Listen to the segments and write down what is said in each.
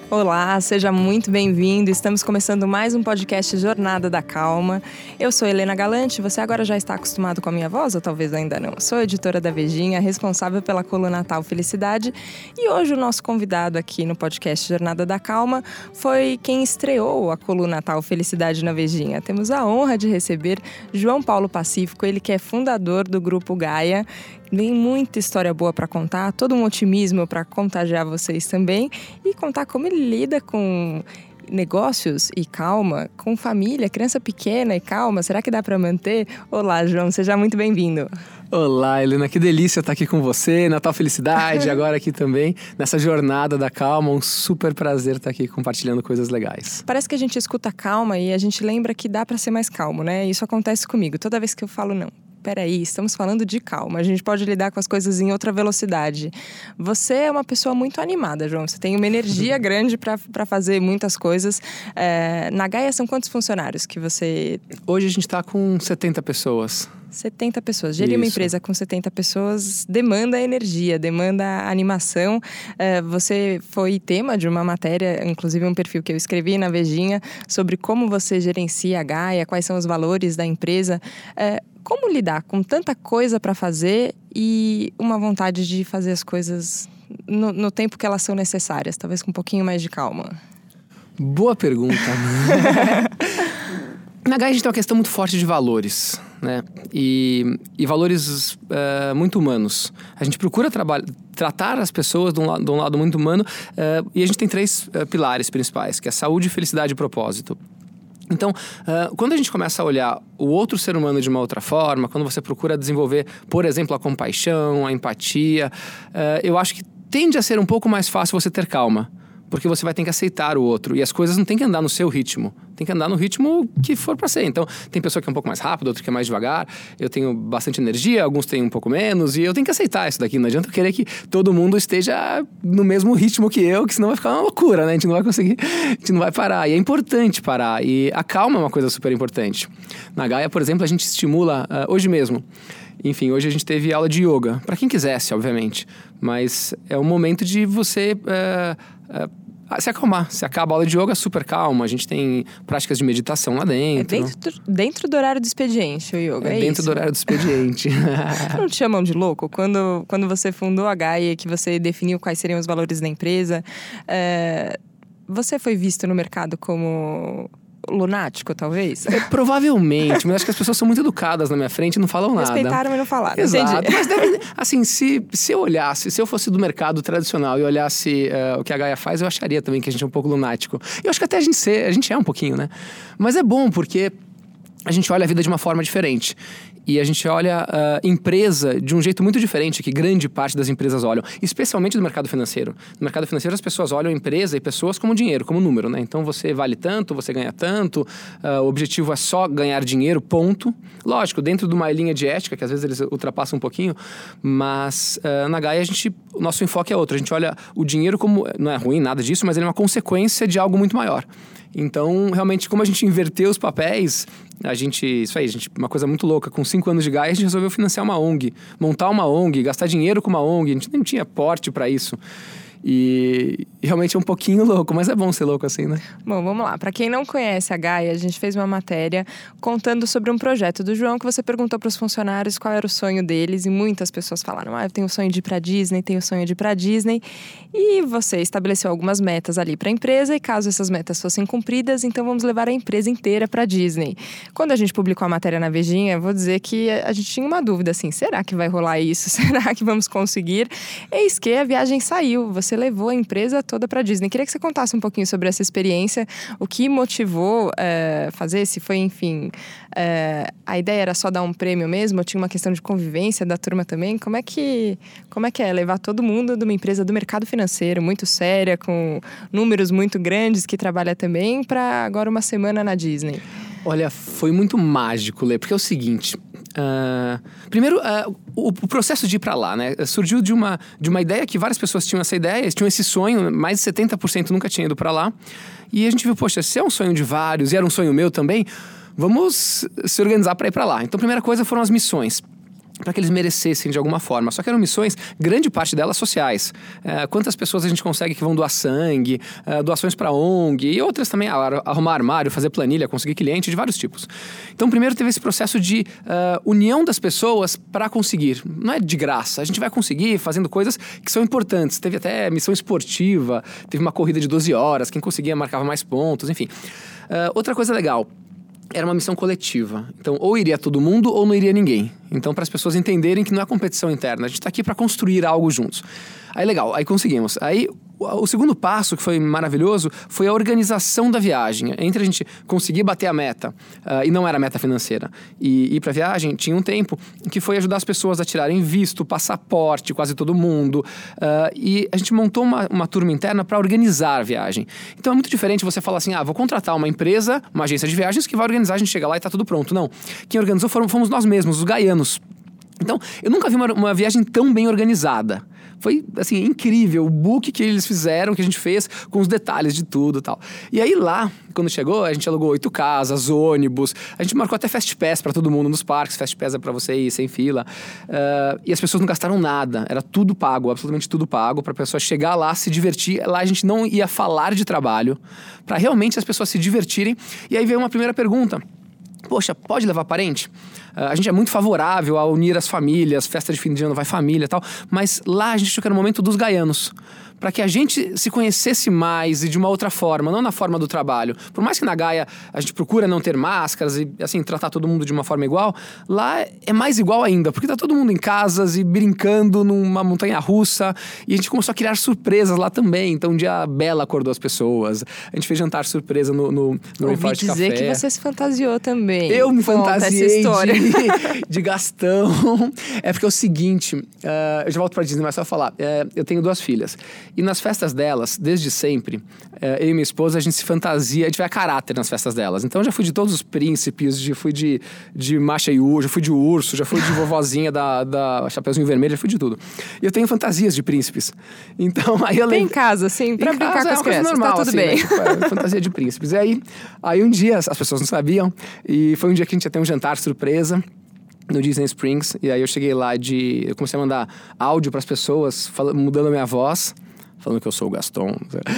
Olá, seja muito bem-vindo. Estamos começando mais um podcast Jornada da Calma. Eu sou Helena Galante, você agora já está acostumado com a minha voz ou talvez ainda não? Sou editora da Vejinha, responsável pela coluna Natal Felicidade, e hoje o nosso convidado aqui no podcast Jornada da Calma foi quem estreou a coluna Natal Felicidade na Vejinha. Temos a honra de receber João Paulo Pacífico, ele que é fundador do Grupo Gaia. Tem muita história boa para contar, todo um otimismo para contagiar vocês também e contar como ele lida com negócios e calma, com família, criança pequena e calma. Será que dá para manter? Olá, João, seja muito bem-vindo. Olá, Helena, que delícia estar aqui com você, Natal Felicidade, agora aqui também, nessa jornada da calma, um super prazer estar aqui compartilhando coisas legais. Parece que a gente escuta calma e a gente lembra que dá para ser mais calmo, né? Isso acontece comigo, toda vez que eu falo não. Peraí, estamos falando de calma, a gente pode lidar com as coisas em outra velocidade. Você é uma pessoa muito animada, João, você tem uma energia grande para fazer muitas coisas. Na Gaia são quantos funcionários que você... Hoje a gente está com 70 pessoas. 70 pessoas. Gerir uma empresa com 70 pessoas demanda energia, demanda animação. Você foi tema de uma matéria, inclusive um perfil que eu escrevi na Vejinha, sobre como você gerencia a Gaia, quais são os valores da empresa. Como lidar com tanta coisa para fazer e uma vontade de fazer as coisas no tempo que elas são necessárias, talvez com um pouquinho mais de calma? Boa pergunta. Na Gaia a gente tem uma questão muito forte de valores, né? E valores muito humanos. A gente procura tratar as pessoas de um lado muito humano e a gente tem três pilares principais, que é saúde, felicidade e propósito. Então, quando a gente começa a olhar o outro ser humano de uma outra forma, quando você procura desenvolver, por exemplo, a compaixão, a empatia, eu acho que tende a ser um pouco mais fácil você ter calma. Porque você vai ter que aceitar o outro. E as coisas não tem que andar no seu ritmo. Tem que andar no ritmo que for para ser. Então, tem pessoa que é um pouco mais rápida, outra que é mais devagar. Eu tenho bastante energia, alguns têm um pouco menos. E eu tenho que aceitar isso daqui. Não adianta eu querer que todo mundo esteja no mesmo ritmo que eu, que senão vai ficar uma loucura, né? A gente não vai conseguir, a gente não vai parar. E é importante parar. E a calma é uma coisa super importante. Na Gaia, por exemplo, a gente estimula, hoje mesmo... Enfim, hoje a gente teve aula de yoga. Para quem quisesse, obviamente. Mas é um momento de você... se acalmar. Se acaba a aula de yoga, super calma. A gente tem práticas de meditação lá dentro. É dentro do horário do expediente, o yoga, é dentro isso? do horário do expediente. Não te chamam de louco? Quando você fundou a Gaia, que você definiu quais seriam os valores da empresa, você foi visto no mercado como... lunático, talvez? Provavelmente, mas acho que as pessoas são muito educadas na minha frente e não falam nada. Respeitaram, mas não falaram. Exato. Entendi. Mas deve, assim, se eu olhasse, se eu fosse do mercado tradicional e olhasse o que a Gaia faz, eu acharia também que a gente é um pouco lunático. Eu acho que até a gente é um pouquinho, né? Mas é bom porque a gente olha a vida de uma forma diferente. E a gente olha a empresa de um jeito muito diferente que grande parte das empresas olham, especialmente no mercado financeiro. No mercado financeiro as pessoas olham a empresa e pessoas como dinheiro, como número, né? Então você vale tanto, você ganha tanto, o objetivo é só ganhar dinheiro, ponto. Lógico, dentro de uma linha de ética, que às vezes eles ultrapassam um pouquinho, mas na Gaia o nosso enfoque é outro. A gente olha o dinheiro como, não é ruim, nada disso, mas ele é uma consequência de algo muito maior. Então, realmente, como a gente inverteu os papéis, uma coisa muito louca, com 5 anos de Gaia, a gente resolveu financiar uma ONG, montar uma ONG, gastar dinheiro com uma ONG, a gente nem tinha porte para isso. E realmente é um pouquinho louco, mas é bom ser louco assim, né? Bom, vamos lá. Para quem não conhece a Gaia, a gente fez uma matéria contando sobre um projeto do João que você perguntou para os funcionários qual era o sonho deles e muitas pessoas falaram, eu tenho o sonho de ir para Disney, tenho o sonho de ir para Disney. E você estabeleceu algumas metas ali para a empresa e caso essas metas fossem cumpridas, então vamos levar a empresa inteira para Disney. Quando a gente publicou a matéria na Vejinha, vou dizer que a gente tinha uma dúvida assim, será que vai rolar isso? Será que vamos conseguir? Eis que a viagem saiu, você levou a empresa toda para Disney. Queria que você contasse um pouquinho sobre essa experiência, o que motivou fazer, se foi, enfim, a ideia era só dar um prêmio mesmo, ou tinha uma questão de convivência da turma também? Como é que é levar todo mundo de uma empresa do mercado financeiro, muito séria, com números muito grandes, que trabalha também, para agora uma semana na Disney? Olha, foi muito mágico, Lê, porque é o seguinte... primeiro, o processo de ir para lá, né? Surgiu de uma ideia que várias pessoas tinham essa ideia, tinham esse sonho, mais de 70% nunca tinha ido para lá. E a gente viu, poxa, se é um sonho de vários e era um sonho meu também, vamos se organizar para ir para lá. Então, a primeira coisa foram as missões. para que eles merecessem de alguma forma. Só que eram missões, grande parte delas sociais. Quantas pessoas a gente consegue que vão doar sangue, doações para ONG, e outras também, arrumar armário, fazer planilha, conseguir cliente, de vários tipos. Então, primeiro teve esse processo de união das pessoas para conseguir. Não é de graça, a gente vai conseguir fazendo coisas que são importantes. Teve até missão esportiva, teve uma corrida de 12 horas, quem conseguia marcava mais pontos, enfim. Outra coisa legal, era uma missão coletiva. Então, ou iria todo mundo ou não iria ninguém. Então, para as pessoas entenderem que não é competição interna. A gente está aqui para construir algo juntos. Aí, legal. Aí, conseguimos. Aí, o segundo passo, que foi maravilhoso, foi a organização da viagem. Entre a gente conseguir bater a meta, e não era a meta financeira, e ir para a viagem, tinha um tempo que foi ajudar as pessoas a tirarem visto, passaporte, quase todo mundo. E a gente montou uma turma interna para organizar a viagem. Então, é muito diferente você falar assim, vou contratar uma empresa, uma agência de viagens, que vai organizar, a gente chega lá e está tudo pronto. Não. Quem organizou fomos nós mesmos, os gaianos. Então, eu nunca vi uma viagem tão bem organizada. Foi, assim, incrível o book que eles fizeram, que a gente fez, com os detalhes de tudo e tal. E aí lá, quando chegou, a gente alugou 8 casas, ônibus, a gente marcou até Fast Pass para todo mundo nos parques. Fast Pass é para você ir sem fila. E as pessoas não gastaram nada, era tudo pago, absolutamente tudo pago, para a pessoa chegar lá, se divertir. Lá a gente não ia falar de trabalho, para realmente as pessoas se divertirem. E aí veio uma primeira pergunta. Poxa, pode levar parente? A gente é muito favorável a unir as famílias, festa de fim de ano vai família e tal, mas lá a gente achou que era o momento dos gaianos, para que a gente se conhecesse mais e de uma outra forma, não na forma do trabalho. Por mais que na Gaia a gente procura não ter máscaras e, assim, tratar todo mundo de uma forma igual, lá é mais igual ainda, porque tá todo mundo em casas e brincando numa montanha-russa, e a gente começou a criar surpresas lá também. Então, um dia a Bela acordou as pessoas, a gente fez jantar surpresa no Resort Café. Ouvi dizer que você se fantasiou também. Eu me fantasiei essa história. de Gastão. É porque é o seguinte, eu já volto pra Disney, mas só falar. Eu tenho 2 filhas. E nas festas delas, desde sempre, eu e minha esposa, a gente se fantasia, a gente vai a caráter nas festas delas. Então, eu já fui de todos os príncipes, já fui de Masha Yu, já fui de urso, já fui de vovozinha da Chapeuzinho Vermelho, já fui de tudo. E eu tenho fantasias de príncipes. Então, aí eu lembro... Tem em casa, assim, pra brincar com as crianças, normal, tá tudo assim, bem. Né? Tipo, fantasia de príncipes. E aí um dia, as pessoas não sabiam, e foi um dia que a gente ia ter um jantar surpresa no Disney Springs, e aí eu cheguei lá eu comecei a mandar áudio pras pessoas, mudando a minha voz, falando que eu sou o Gaston.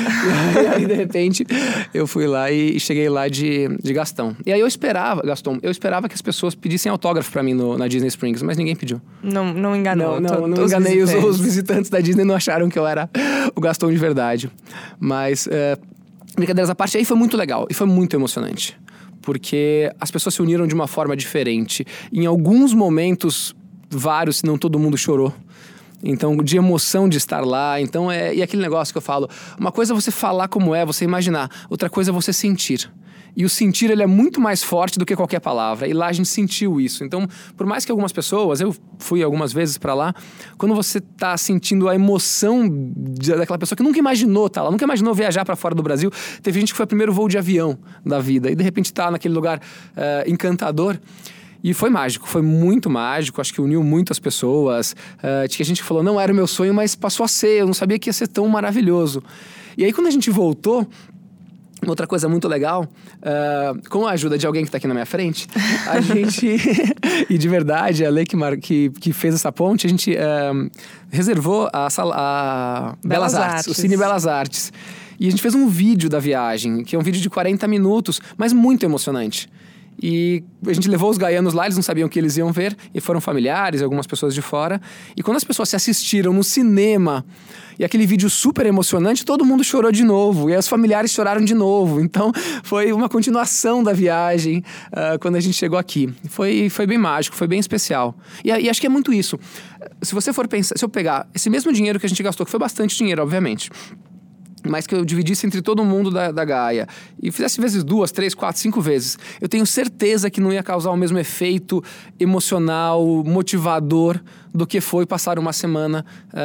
E aí, de repente, eu fui lá e cheguei lá de Gastão. E aí eu esperava que as pessoas pedissem autógrafo pra mim na Disney Springs, mas ninguém pediu. Não enganou. Não enganei os visitantes da Disney, não acharam que eu era o Gaston de verdade. Mas, brincadeiras à parte, aí foi muito legal e foi muito emocionante. Porque as pessoas se uniram de uma forma diferente. Em alguns momentos, vários, se não todo mundo chorou. Então, de emoção de estar lá. Então, e aquele negócio que eu falo, uma coisa é você falar como é, você imaginar. Outra coisa é você sentir. E o sentir, ele é muito mais forte do que qualquer palavra. E lá a gente sentiu isso. Então, por mais que algumas pessoas, eu fui algumas vezes pra lá, quando você tá sentindo a emoção daquela pessoa que nunca imaginou tá lá, nunca imaginou viajar pra fora do Brasil. Teve gente que foi o primeiro voo de avião da vida. E de repente tá naquele lugar encantador. E foi mágico, foi muito mágico, acho que uniu muito as pessoas. Tinha gente que falou, não era o meu sonho, mas passou a ser, eu não sabia que ia ser tão maravilhoso. E aí quando a gente voltou, outra coisa muito legal, com a ajuda de alguém que está aqui na minha frente, a gente, e de verdade, a Lei que fez essa ponte, a gente reservou a Belas Artes, o Cine Belas Artes. E a gente fez um vídeo da viagem, que é um vídeo de 40 minutos, mas muito emocionante. E a gente levou os gaianos lá, eles não sabiam o que eles iam ver, e foram familiares, algumas pessoas de fora. E quando as pessoas se assistiram no cinema, e aquele vídeo super emocionante, todo mundo chorou de novo, e os familiares choraram de novo. Então, foi uma continuação da viagem quando a gente chegou aqui. Foi bem mágico, foi bem especial. E acho que é muito isso. Se você for pensar, se eu pegar esse mesmo dinheiro que a gente gastou, que foi bastante dinheiro, obviamente, mas que eu dividisse entre todo mundo da Gaia e fizesse vezes 2, 3, 4, 5 vezes, eu tenho certeza que não ia causar o mesmo efeito emocional, motivador do que foi passar uma semana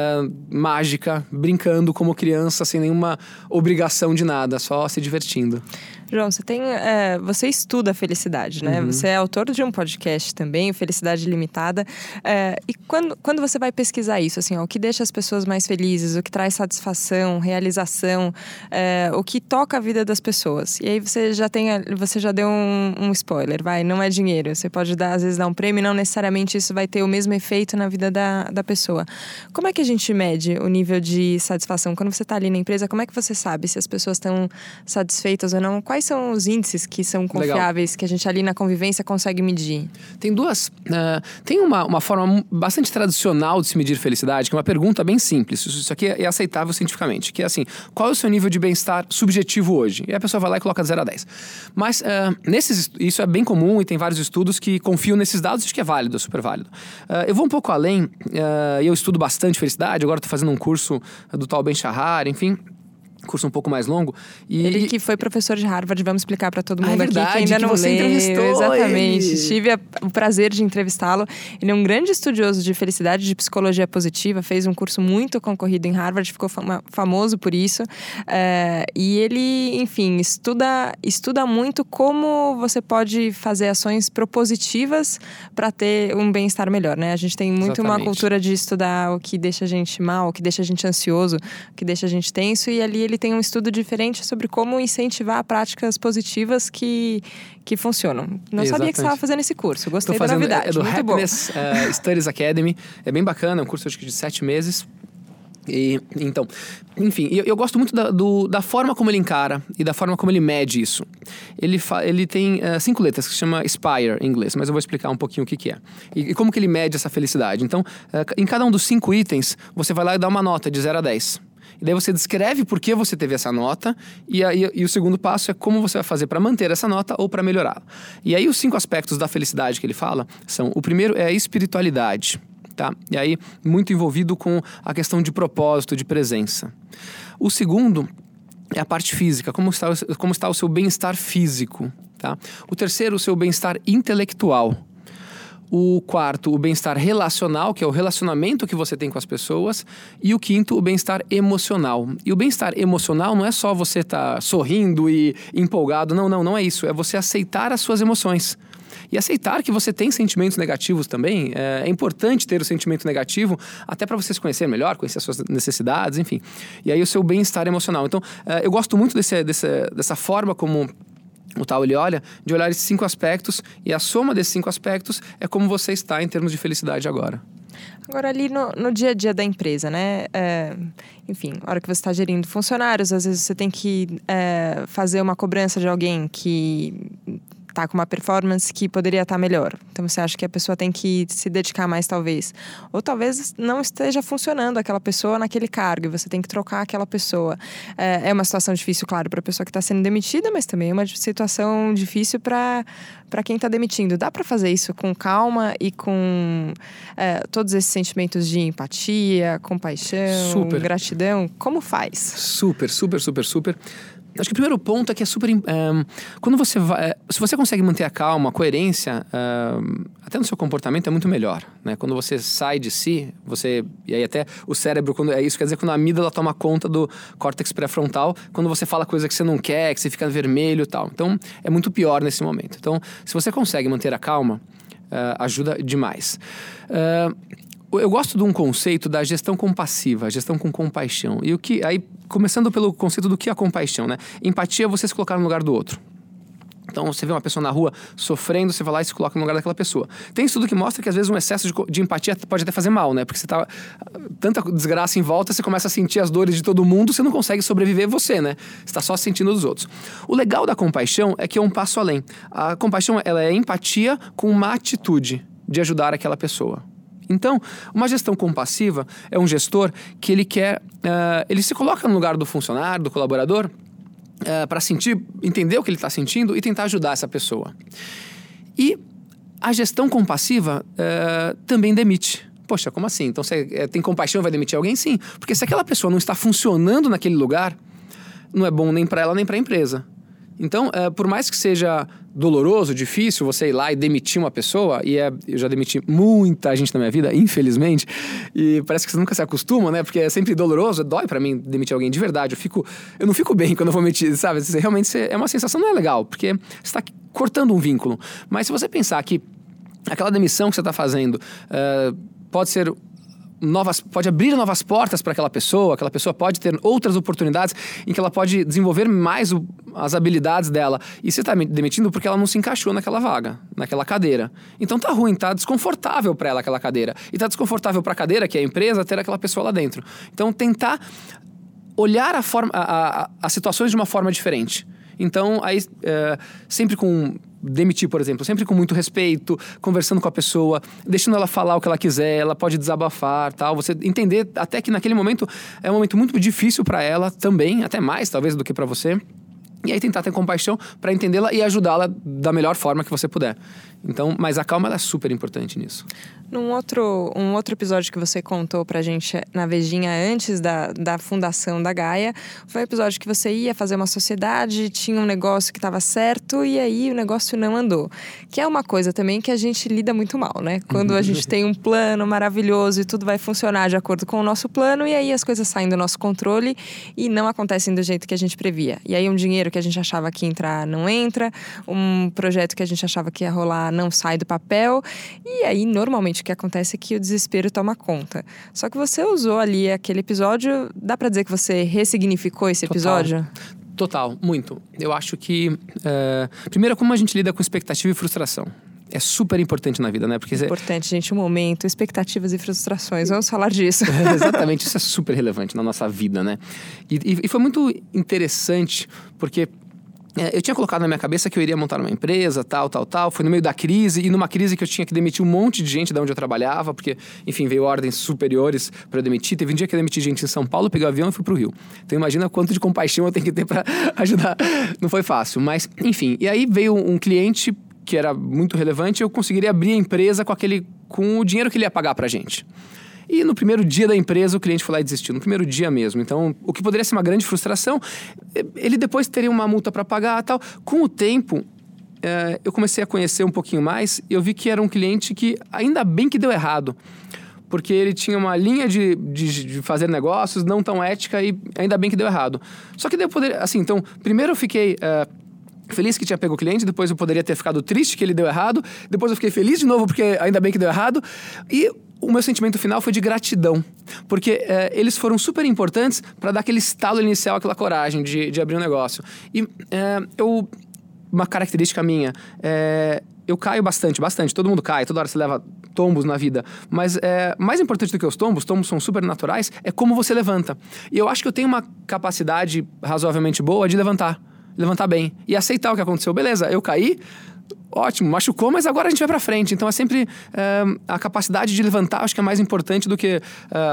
mágica, brincando como criança, sem nenhuma obrigação de nada, só se divertindo. João, você estuda a felicidade, né? Uhum. Você é autor de um podcast também, Felicidade Limitada. E quando você vai pesquisar isso, assim, o que deixa as pessoas mais felizes, o que traz satisfação, realização, satisfação, o que toca a vida das pessoas. E aí você já deu um spoiler, não é dinheiro. Você pode às vezes dar um prêmio, não necessariamente isso vai ter o mesmo efeito na vida da pessoa. Como é que a gente mede o nível de satisfação? Quando você está ali na empresa, como é que você sabe se as pessoas estão satisfeitas ou não? Quais são os índices que são confiáveis, que a gente ali na convivência consegue medir? Tem tem uma forma bastante tradicional de se medir felicidade, que é uma pergunta bem simples. Isso aqui é aceitável cientificamente, que é assim: qual é o seu nível de bem-estar subjetivo hoje? E a pessoa vai lá e coloca de 0 a 10. Mas isso é bem comum e tem vários estudos que confiam nesses dados, acho que é válido, é super válido. Eu vou um pouco além, eu estudo bastante felicidade, agora estou fazendo um curso do Tal Ben-Shahar, enfim, curso um pouco mais longo. Ele que foi professor de Harvard, vamos explicar para todo mundo verdade, aqui que ainda não você leu. entrevistou Exatamente, ele. tive o prazer de entrevistá-lo. Ele é um grande estudioso de felicidade, de psicologia positiva, fez um curso muito concorrido em Harvard, ficou famoso por isso. E ele, enfim, estuda muito como você pode fazer ações propositivas para ter um bem-estar melhor, né? A gente tem muito uma cultura de estudar o que deixa a gente mal, o que deixa a gente ansioso, o que deixa a gente tenso, e ali ele tem um estudo diferente sobre como incentivar práticas positivas que funcionam. Não sabia que você estava fazendo esse curso, gostei da novidade. É do muito Happiness Studies Academy, é bem bacana, é um curso acho que de 7 meses. Então, enfim, eu gosto muito da forma como ele encara e da forma como ele mede isso. Ele tem 5 letras que se chama SPIRE em inglês, mas eu vou explicar um pouquinho o que é. E como que ele mede essa felicidade. Então, em cada um dos 5 itens, você vai lá e dá uma nota de 0 a 10. E daí você descreve por que você teve essa nota e o segundo passo é como você vai fazer para manter essa nota ou para melhorá-la. E aí os 5 aspectos da felicidade que ele fala são: o primeiro é a espiritualidade, tá? E aí muito envolvido com a questão de propósito, de presença. O segundo é a parte física, como está o seu bem-estar físico, tá? O terceiro, o seu bem-estar intelectual. O quarto, o bem-estar relacional, que é o relacionamento que você tem com as pessoas. E o quinto, o bem-estar emocional. E o bem-estar emocional não é só você estar sorrindo e empolgado. Não é isso. É você aceitar as suas emoções. E aceitar que você tem sentimentos negativos também. É importante ter o sentimento negativo, até para você se conhecer melhor, conhecer as suas necessidades, enfim. E aí o seu bem-estar emocional. Então, eu gosto muito dessa forma como o Tal ele olha, de olhar esses 5 aspectos, e a soma desses 5 aspectos é como você está em termos de felicidade agora. Agora, ali no dia a dia da empresa, né? Enfim, na hora que você está gerindo funcionários, às vezes você tem que fazer uma cobrança de alguém que tá com uma performance que poderia estar melhor. Então você acha que a pessoa tem que se dedicar mais, talvez. Ou talvez não esteja funcionando aquela pessoa naquele cargo e você tem que trocar aquela pessoa. É uma situação difícil, claro, para a pessoa que está sendo demitida, mas também é uma situação difícil para quem está demitindo. Dá para fazer isso com calma e com todos esses sentimentos de empatia, compaixão, gratidão? Como faz? Super. Acho que o primeiro ponto é que é super... quando você vai... Se você consegue manter a calma, a coerência, até no seu comportamento é muito melhor, né? Quando você sai de si, e aí até o cérebro... isso quer dizer quando a amígdala toma conta do córtex pré-frontal, quando você fala coisa que você não quer, que você fica vermelho e tal. Então, é muito pior nesse momento. Então, se você consegue manter a calma, ajuda demais. Eu gosto de um conceito da gestão compassiva, gestão com compaixão. Aí, começando pelo conceito do que é a compaixão, né? Empatia é você se colocar no lugar do outro. Então, você vê uma pessoa na rua sofrendo, você vai lá e se coloca no lugar daquela pessoa. Tem estudo que mostra que, às vezes, um excesso de empatia pode até fazer mal, né? Porque você tá... Tanta desgraça em volta, você começa a sentir as dores de todo mundo, você não consegue sobreviver você, né? Você está só sentindo dos outros. O legal da compaixão é que é um passo além. A compaixão, ela é empatia com uma atitude de ajudar aquela pessoa. Então, uma gestão compassiva é um gestor que ele se coloca no lugar do funcionário, do colaborador, para entender o que ele está sentindo e tentar ajudar essa pessoa. E a gestão compassiva também demite. Poxa, como assim? Então você tem compaixão e vai demitir alguém? Sim, porque se aquela pessoa não está funcionando naquele lugar, não é bom nem para ela nem para a empresa. Então, por mais que seja doloroso, difícil você ir lá e demitir uma pessoa, eu já demiti muita gente na minha vida, infelizmente, e parece que você nunca se acostuma, né? Porque é sempre doloroso, dói pra mim demitir alguém de verdade. Eu não fico bem quando eu vou demitir, sabe? Realmente é uma sensação, não é legal, porque você tá cortando um vínculo. Mas se você pensar que aquela demissão que você tá fazendo pode ser pode abrir novas portas para aquela pessoa pode ter outras oportunidades em que ela pode desenvolver mais as habilidades dela. E você está demitindo porque ela não se encaixou naquela vaga, naquela cadeira. Então tá ruim, tá desconfortável para ela aquela cadeira. E tá desconfortável para a cadeira, que é a empresa, ter aquela pessoa lá dentro. Então tentar olhar as situações de uma forma diferente. Então, aí, sempre demitir, por exemplo, sempre com muito respeito, conversando com a pessoa, deixando ela falar o que ela quiser, ela pode desabafar, tal. Você entender até que naquele momento é um momento muito difícil para ela também, até mais, talvez, do que para você. E aí tentar ter compaixão para entendê-la e ajudá-la da melhor forma que você puder. Então, mas a calma ela é super importante nisso. Um outro episódio que você contou pra gente na Vejinha antes da fundação da Gaia, foi um episódio que você ia fazer uma sociedade, tinha um negócio que estava certo e aí o negócio não andou. Que é uma coisa também que a gente lida muito mal, né? Quando a gente tem um plano maravilhoso e tudo vai funcionar de acordo com o nosso plano e aí as coisas saem do nosso controle e não acontecem do jeito que a gente previa. E aí um dinheiro que a gente achava que ia entrar não entra, um projeto que a gente achava que ia rolar não sai do papel e aí normalmente o que acontece é que o desespero toma conta. Só que você usou ali aquele episódio, dá pra dizer que você ressignificou esse episódio? Total, muito. Eu acho que, primeiro, como a gente lida com expectativa e frustração. É super importante na vida, né? Porque importante, gente, um momento, expectativas e frustrações. Vamos falar disso. Exatamente, isso é super relevante na nossa vida, né? E foi muito interessante, porque eu tinha colocado na minha cabeça que eu iria montar uma empresa, tal. Foi no meio da crise, e numa crise que eu tinha que demitir um monte de gente de onde eu trabalhava, porque, enfim, veio ordens superiores para eu demitir. Teve um dia que eu demiti gente em São Paulo, peguei o avião e fui pro Rio. Então imagina quanto de compaixão eu tenho que ter para ajudar. Não foi fácil, mas, enfim. E aí veio um cliente que era muito relevante, eu conseguiria abrir a empresa com o dinheiro que ele ia pagar pra gente. E no primeiro dia da empresa, o cliente foi lá e desistiu. No primeiro dia mesmo. Então, o que poderia ser uma grande frustração, ele depois teria uma multa para pagar e tal. Com o tempo, eu comecei a conhecer um pouquinho mais e eu vi que era um cliente que ainda bem que deu errado. Porque ele tinha uma linha de fazer negócios não tão ética e ainda bem que deu errado. Só que daí eu poderia... Assim, então, primeiro eu fiquei... feliz que tinha pego o cliente, depois eu poderia ter ficado triste que ele deu errado, depois eu fiquei feliz de novo porque ainda bem que deu errado, e o meu sentimento final foi de gratidão, porque eles foram super importantes para dar aquele estalo inicial, aquela coragem de abrir um negócio. E uma característica minha, eu caio bastante, todo mundo cai, toda hora você leva tombos na vida, mas mais importante do que os tombos são super naturais, é como você levanta. E eu acho que eu tenho uma capacidade razoavelmente boa de levantar bem e aceitar o que aconteceu. Beleza, eu caí, ótimo, machucou, mas agora a gente vai pra frente. Então é sempre a capacidade de levantar, acho que é mais importante do que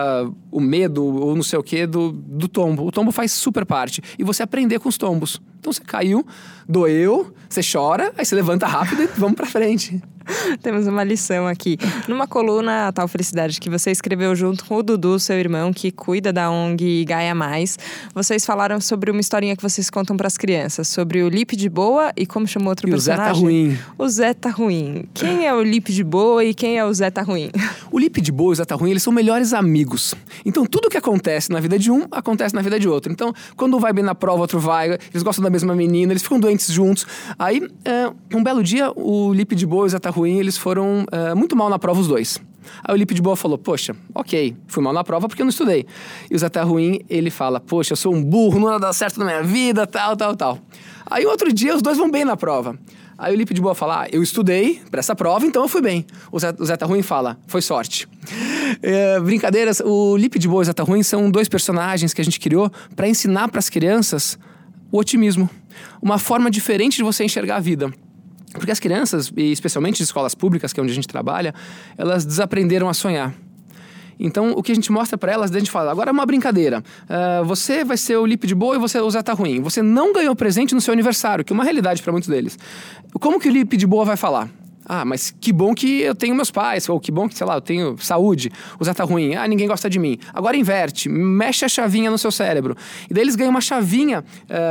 o medo ou não sei o que do tombo. O tombo faz super parte. E você aprender com os tombos. Então você caiu, doeu, você chora, aí você levanta rápido e vamos pra frente. Temos uma lição aqui. Numa coluna, a Tal Felicidade, que você escreveu junto com o Dudu, seu irmão, que cuida da ONG Gaia Mais, vocês falaram sobre uma historinha que vocês contam pras crianças, sobre o Lipe de Boa e como chamou outro personagem? O Zé tá ruim. O Zé tá ruim. Quem é o Lipe de Boa e quem é o Zé tá ruim? O Lipe de Boa e o Zé tá ruim, eles são melhores amigos. Então tudo que acontece na vida de um, acontece na vida de outro. Então, quando um vai bem na prova, outro vai, eles gostam da mesma menina, eles ficam doentes juntos. Aí, um belo dia, o Lipe de Boa e o Zé tá ruim, eles foram muito mal na prova os dois. Aí o Lipe de Boa falou, poxa, ok, fui mal na prova porque eu não estudei. E o Zé tá ruim, ele fala, poxa, eu sou um burro, não vai dar certo na minha vida, tal. Aí outro dia os dois vão bem na prova. Aí o Lipe de Boa fala, eu estudei pra essa prova, então eu fui bem. O Zé tá ruim fala, foi sorte. Brincadeiras, o Lipe de Boa e o Zé tá ruim são dois personagens que a gente criou pra ensinar pras crianças o otimismo. Uma forma diferente de você enxergar a vida. Porque as crianças, e especialmente de escolas públicas, que é onde a gente trabalha, elas desaprenderam a sonhar. Então, o que a gente mostra para elas, a gente fala, agora é uma brincadeira. Você vai ser o Lipe de Boa e você o Zé tá ruim. Você não ganhou presente no seu aniversário, que é uma realidade para muitos deles. Como que o Lipe de Boa vai falar? Ah, mas que bom que eu tenho meus pais, ou que bom que, sei lá, eu tenho saúde. O Zé tá ruim, ninguém gosta de mim. Agora inverte, mexe a chavinha no seu cérebro. E daí eles ganham uma chavinha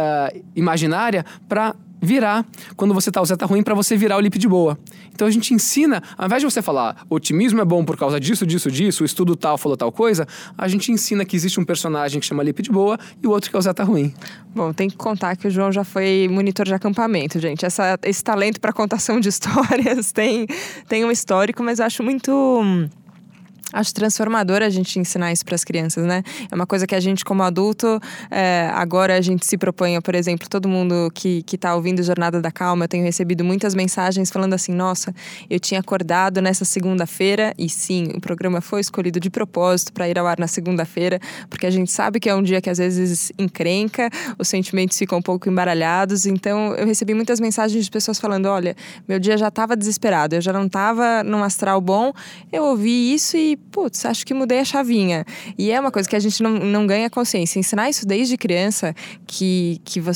imaginária para virar, quando você tá o Zé tá ruim, pra você virar o Lipe de Boa. Então a gente ensina, ao invés de você falar otimismo é bom por causa disso, o estudo tal falou tal coisa, a gente ensina que existe um personagem que chama Lipe de Boa e o outro que é o Zé tá ruim. Bom, tem que contar que o João já foi monitor de acampamento, gente. Esse talento pra contação de histórias tem um histórico, mas eu acho muito Acho transformador a gente ensinar isso para as crianças, né? É uma coisa que a gente, como adulto, agora a gente se propõe, por exemplo, todo mundo que tá ouvindo Jornada da Calma, eu tenho recebido muitas mensagens falando assim, nossa, eu tinha acordado nessa segunda-feira e sim, o programa foi escolhido de propósito para ir ao ar na segunda-feira, porque a gente sabe que é um dia que às vezes encrenca, os sentimentos ficam um pouco embaralhados, então eu recebi muitas mensagens de pessoas falando, olha, meu dia já estava desesperado, eu já não estava num astral bom, eu ouvi isso e putz, acho que mudei a chavinha. E é uma coisa que a gente não ganha consciência. Ensinar isso desde criança, que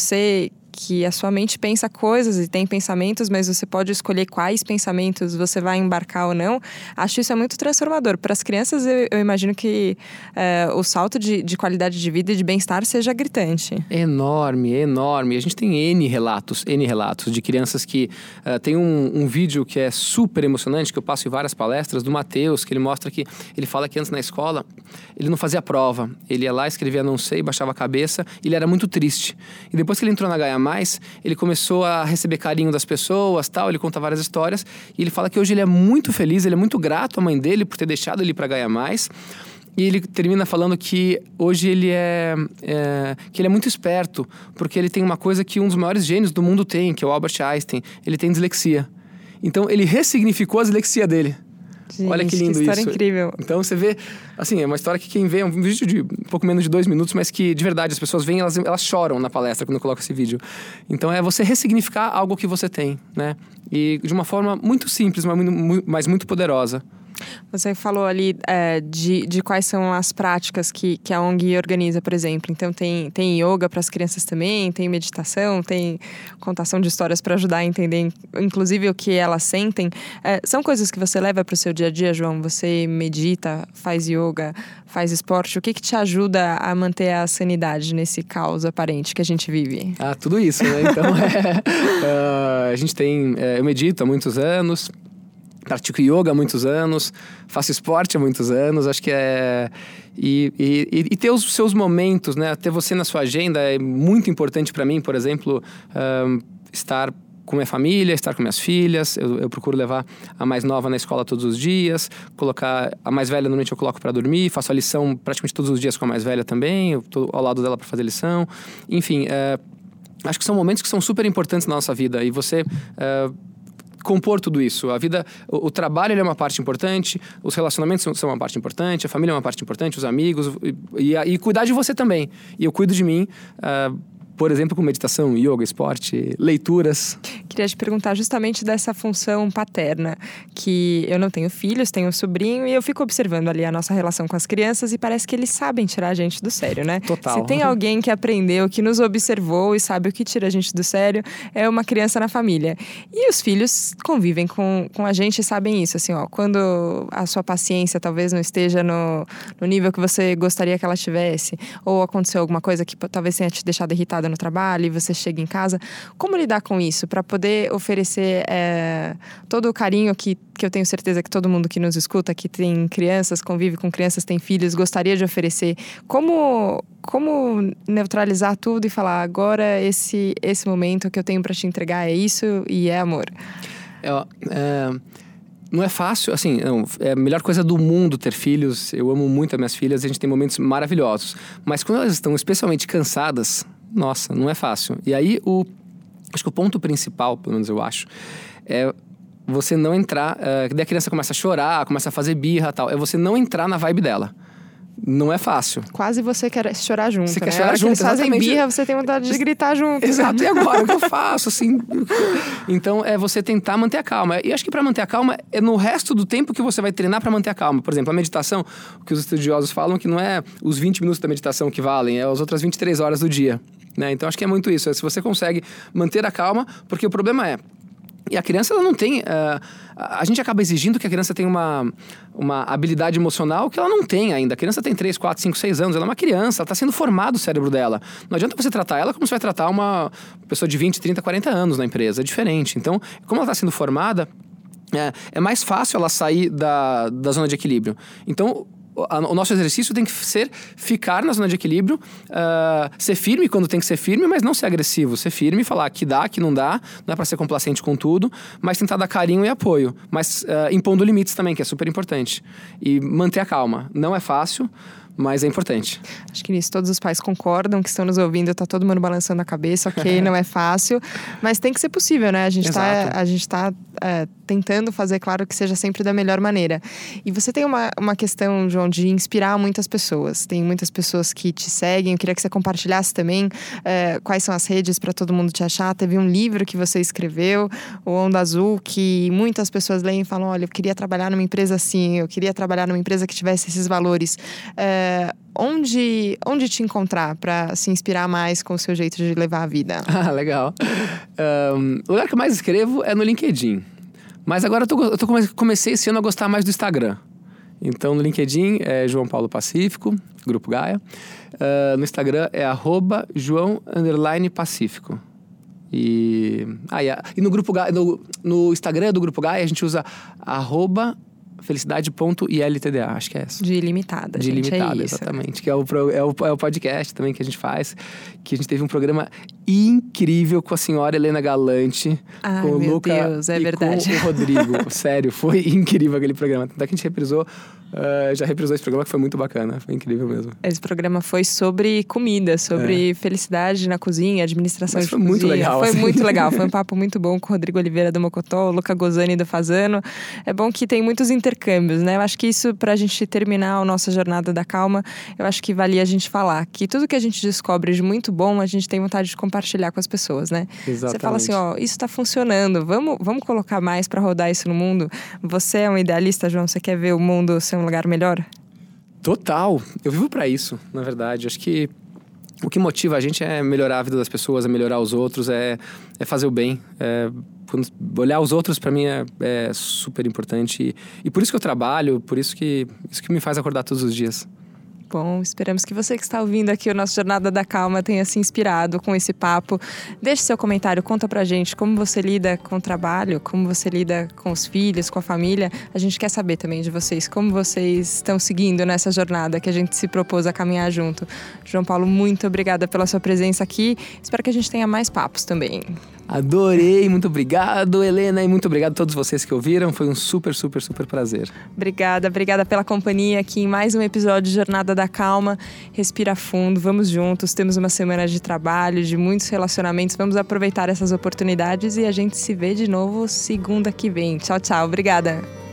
a sua mente pensa coisas e tem pensamentos, mas você pode escolher quais pensamentos você vai embarcar ou não. Acho isso é muito transformador. Para as crianças, eu imagino que o salto de qualidade de vida e de bem-estar seja gritante. Enorme, enorme. A gente tem N relatos de crianças que... tem um vídeo que é super emocionante, que eu passo em várias palestras, do Matheus, que ele mostra que... Ele fala que antes na escola, ele não fazia prova. Ele ia lá, escrevia não sei, baixava a cabeça, e ele era muito triste. E depois que ele entrou na Gaia Mais, ele começou a receber carinho das pessoas, tal, ele conta várias histórias, e ele fala que hoje ele é muito feliz, ele é muito grato à mãe dele por ter deixado ele ir para Gaia Mais, e ele termina falando que hoje ele que ele é muito esperto, porque ele tem uma coisa que um dos maiores gênios do mundo tem, que é o Albert Einstein, ele tem dislexia. Então ele ressignificou a dislexia dele. Gente, olha que lindo isso. Que história incrível. Então você vê, assim, é uma história que quem vê, é um vídeo de um pouco menos de 2 minutos, mas que de verdade as pessoas veem, elas choram na palestra quando eu coloco esse vídeo. Então é você ressignificar algo que você tem, né? E de uma forma muito simples, mas muito poderosa. Você falou ali de quais são as práticas que a ONG organiza, por exemplo. Então tem yoga para as crianças também, tem meditação, tem contação de histórias para ajudar a entender, inclusive, o que elas sentem. São coisas que você leva para o seu dia a dia, João? Você medita, faz yoga, faz esporte? O que te ajuda a manter a sanidade nesse caos aparente que a gente vive? Tudo isso, né? Então, a gente tem... eu medito há muitos anos, pratico yoga há muitos anos, faço esporte há muitos anos, acho que e ter os seus momentos, né? Ter você na sua agenda é muito importante para mim, por exemplo, estar com minha família, estar com minhas filhas, eu procuro levar a mais nova na escola todos os dias, colocar a mais velha, normalmente eu coloco para dormir, faço a lição praticamente todos os dias com a mais velha também, eu tô ao lado dela para fazer lição, enfim, acho que são momentos que são super importantes na nossa vida, e você... compor tudo isso. A vida, o trabalho ele é uma parte importante, os relacionamentos são uma parte importante, a família é uma parte importante, os amigos, e cuidar de você também. E eu cuido de mim, por exemplo, com meditação, yoga, esporte, leituras. Queria te perguntar justamente dessa função paterna, que eu não tenho filhos, tenho um sobrinho, e eu fico observando ali a nossa relação com as crianças e parece que eles sabem tirar a gente do sério, né? Total. Se tem alguém que aprendeu, que nos observou e sabe o que tira a gente do sério, é uma criança na família. E os filhos convivem com a gente e sabem isso, assim, ó, quando a sua paciência talvez não esteja no nível que você gostaria que ela tivesse, ou aconteceu alguma coisa que talvez tenha te deixado irritada no trabalho e você chega em casa, como lidar com isso para poder oferecer todo o carinho que eu tenho certeza que todo mundo que nos escuta, que tem crianças, convive com crianças, tem filhos, gostaria de oferecer? Como neutralizar tudo e falar, agora esse momento que eu tenho para te entregar é isso e é amor? Não é fácil, assim, é a melhor coisa do mundo ter filhos. Eu amo muito as minhas filhas, a gente tem momentos maravilhosos. Mas quando elas estão especialmente cansadas, nossa, não é fácil. E aí, acho que o ponto principal, pelo menos eu acho, é você não entrar... daí a criança começa a chorar, começa a fazer birra e tal. É você não entrar na vibe dela. Não é fácil. Quase você quer chorar junto, você né? quer chorar junto, eles fazem birra, você tem vontade de gritar junto. Exato, e agora? O que eu faço? Assim, então, é você tentar manter a calma. E acho que para manter a calma, é no resto do tempo que você vai treinar para manter a calma. Por exemplo, a meditação, o que os estudiosos falam que não é os 20 minutos da meditação que valem, é as outras 23 horas do dia. Né? Então, acho que é muito isso. É se você consegue manter a calma, porque o problema é... E a criança, ela não tem... a gente acaba exigindo que a criança tenha uma habilidade emocional que ela não tem ainda. A criança tem 3, 4, 5, 6 anos. Ela é uma criança, ela está sendo formado o cérebro dela. Não adianta você tratar ela como você vai tratar uma pessoa de 20, 30, 40 anos na empresa. É diferente. Então, como ela está sendo formada, é mais fácil ela sair da zona de equilíbrio. Então, o nosso exercício tem que ser ficar na zona de equilíbrio, ser firme quando tem que ser firme, mas não ser agressivo. Ser firme e falar que dá, que não dá. Não é para ser complacente com tudo, mas tentar dar carinho e apoio. Mas impondo limites também, que é super importante. E manter a calma. Não é fácil, mas é importante. Acho que nisso todos os pais concordam, que estão nos ouvindo, tá todo mundo balançando a cabeça, ok, não é fácil, mas tem que ser possível, né? A gente tá tentando fazer, claro, que seja sempre da melhor maneira. E você tem uma questão, João, de inspirar muitas pessoas. Tem muitas pessoas que te seguem, eu queria que você compartilhasse também quais são as redes para todo mundo te achar. Teve um livro que você escreveu, o Onda Azul, que muitas pessoas leem e falam, olha, eu queria trabalhar numa empresa assim, eu queria trabalhar numa empresa que tivesse esses valores. Onde te encontrar para se inspirar mais com o seu jeito de levar a vida? Ah, legal. O lugar que eu mais escrevo é no LinkedIn. Mas agora comecei esse ano a gostar mais do Instagram. Então, no LinkedIn é João Paulo Pacífico, Grupo Gaia. No Instagram é @João_Pacífico. E no Grupo Gaia, no Instagram do Grupo Gaia, a gente usa @felicidade.iltda, acho que é essa. De ilimitada, De gente, ilimitada, exatamente. Que é o podcast também que a gente faz. Que a gente teve um programa incrível com a senhora Helena Galante. Com o Luca Deus, é verdade. Com o Rodrigo. Sério, foi incrível aquele programa. Tanto que a gente já reprisou esse programa, que foi muito bacana. Foi incrível mesmo. Esse programa foi sobre comida, sobre felicidade na cozinha, administração de cozinha. Foi muito legal. Foi muito legal. Foi um papo muito bom com o Rodrigo Oliveira do Mocotó, o Luca Gozani do Fazano. É bom que tem muitos intercâmbios, né? Eu acho que isso, pra gente terminar a nossa jornada da calma, eu acho que valia a gente falar que tudo que a gente descobre de muito bom, a gente tem vontade de compartilhar com as pessoas, né? Exatamente. Você fala assim, isso tá funcionando, vamos colocar mais pra rodar isso no mundo. Você é um idealista, João? Você quer ver o mundo ser um lugar melhor? Total. Eu vivo pra isso, na verdade. Acho que o que motiva a gente é melhorar a vida das pessoas, é melhorar os outros, é fazer o bem. Olhar os outros, pra mim, é super importante. E por isso que eu trabalho, por isso que me faz acordar todos os dias. Bom, esperamos que você que está ouvindo aqui o nosso Jornada da Calma tenha se inspirado com esse papo. Deixe seu comentário, conta pra gente como você lida com o trabalho, como você lida com os filhos, com a família. A gente quer saber também de vocês, como vocês estão seguindo nessa jornada que a gente se propôs a caminhar junto. João Paulo, muito obrigada pela sua presença aqui. Espero que a gente tenha mais papos também. Adorei, muito obrigado, Helena, e muito obrigado a todos vocês que ouviram. Foi um super, super, super prazer. Obrigada pela companhia aqui em mais um episódio de Jornada da Calma. Respira fundo, vamos juntos. Temos uma semana de trabalho, de muitos relacionamentos. Vamos aproveitar essas oportunidades e a gente se vê de novo segunda que vem. Tchau, tchau. Obrigada.